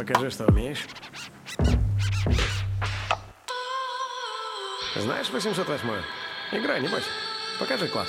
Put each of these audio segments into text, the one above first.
Покажи, что умеешь. Знаешь 808-ю? Играй, не бойся. Покажи класс.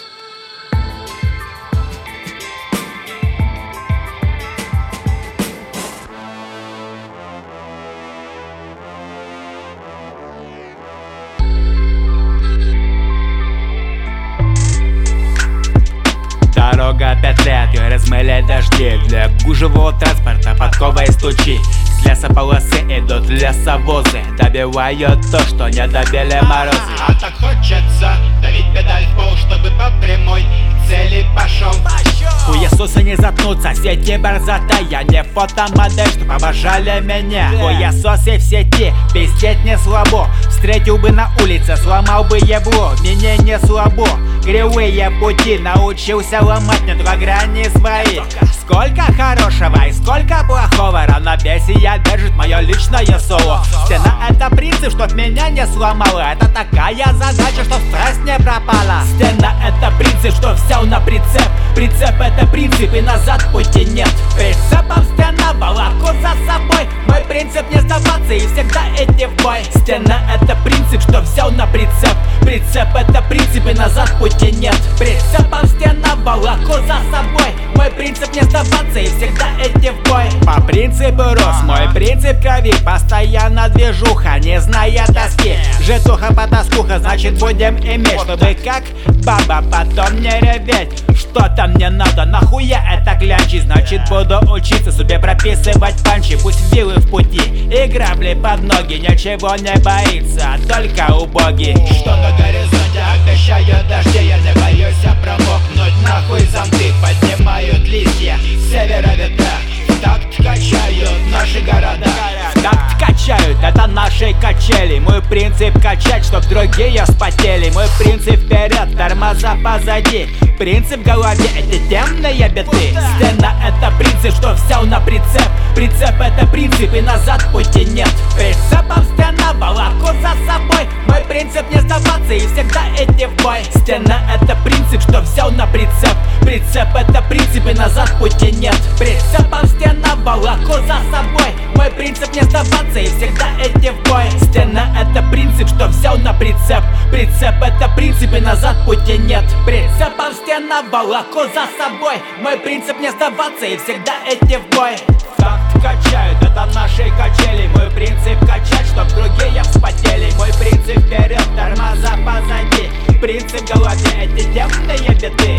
Дорога 5 лет, и размыли дожди. Для гужевого транспорта подковой стучи. С лесополосы идут лесовозы, добивают то, что не добили морозы. А так хочется давить педаль в пол, чтобы по прямой к цели пошел. Хуесосы не заткнутся, сети борзота. Я не фотомодель, чтоб обожали меня. Хуесосы в сети, пиздеть не слабо. Встретил бы на улице, сломал бы ебло. Мне не слабо, кривые пути. Научился ломать не два грани свои. Сколько хорошего и сколько плохого. Равновесие держит мое личное соло. Стена — это принцип, чтоб меня не сломало. Это такая задача, чтоб страсть не пропала. Стена — это принцип, что взял на прицеп. Прицеп — это принцип, и назад пути нет. Прицепом стена волоку за собой. Мой принцип не сдаваться и всегда идти в бой. Стена — это принцип, что взял на прицеп. Прицеп — это принцип, и назад пути нет. Прицепом стена волоку за собой. Мой принцип не сдаваться и всегда идти в бой. По принципу рос, мой принцип крови. Постоянно движуха, не зная тоски. Житуха потаскуха, значит будем иметь. Чтобы как баба потом не реветь. Что-то мне надо, нахуя это клянчить. Значит буду учиться себе прописывать панчи. Пусть вилы в пути и грабли под ноги. Ничего не боится, только убогий. Что на горизонте обещают дожди. Я не боюсь промокнуть, нахуй зонты поднимают листья. С севера ветра в такт качают наши города. Такт качают, это наши качели. Мой принцип качать, чтоб другие вспотели. Мой принцип вперед, тормоза позади. Принцип в голове — эти темные биты. Стена — это принцип, что взял на прицеп. Прицеп — это принцип, и назад пути нет. Прицепом стена волоку за собой. Мой принцип не сдаваться и всегда идти в бой. Стена — это принцип, что взял на прицеп. Прицеп — это принцип, и назад пути нет. Прицепом стена волоку за собой. Мой принцип не сдаваться и всегда идти в бой. Стена — это принцип, что взял на прицеп. Прицеп — это принцип, и назад пути нет. Прицепом стена волоку за собой. Мой принцип не сдаваться и всегда идти в бой. Такт качают, это наши качели. Мой принцип качать, чтоб другие вспотели. Мой принцип вперед, тормоза позади. Принцип в голове — эти темные биты.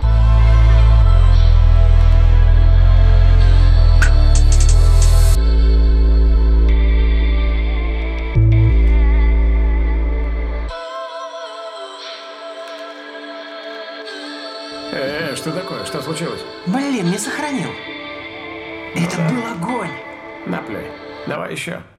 Что такое? Что случилось? Блин, не сохранил. Это был огонь. Наплюй. Давай еще.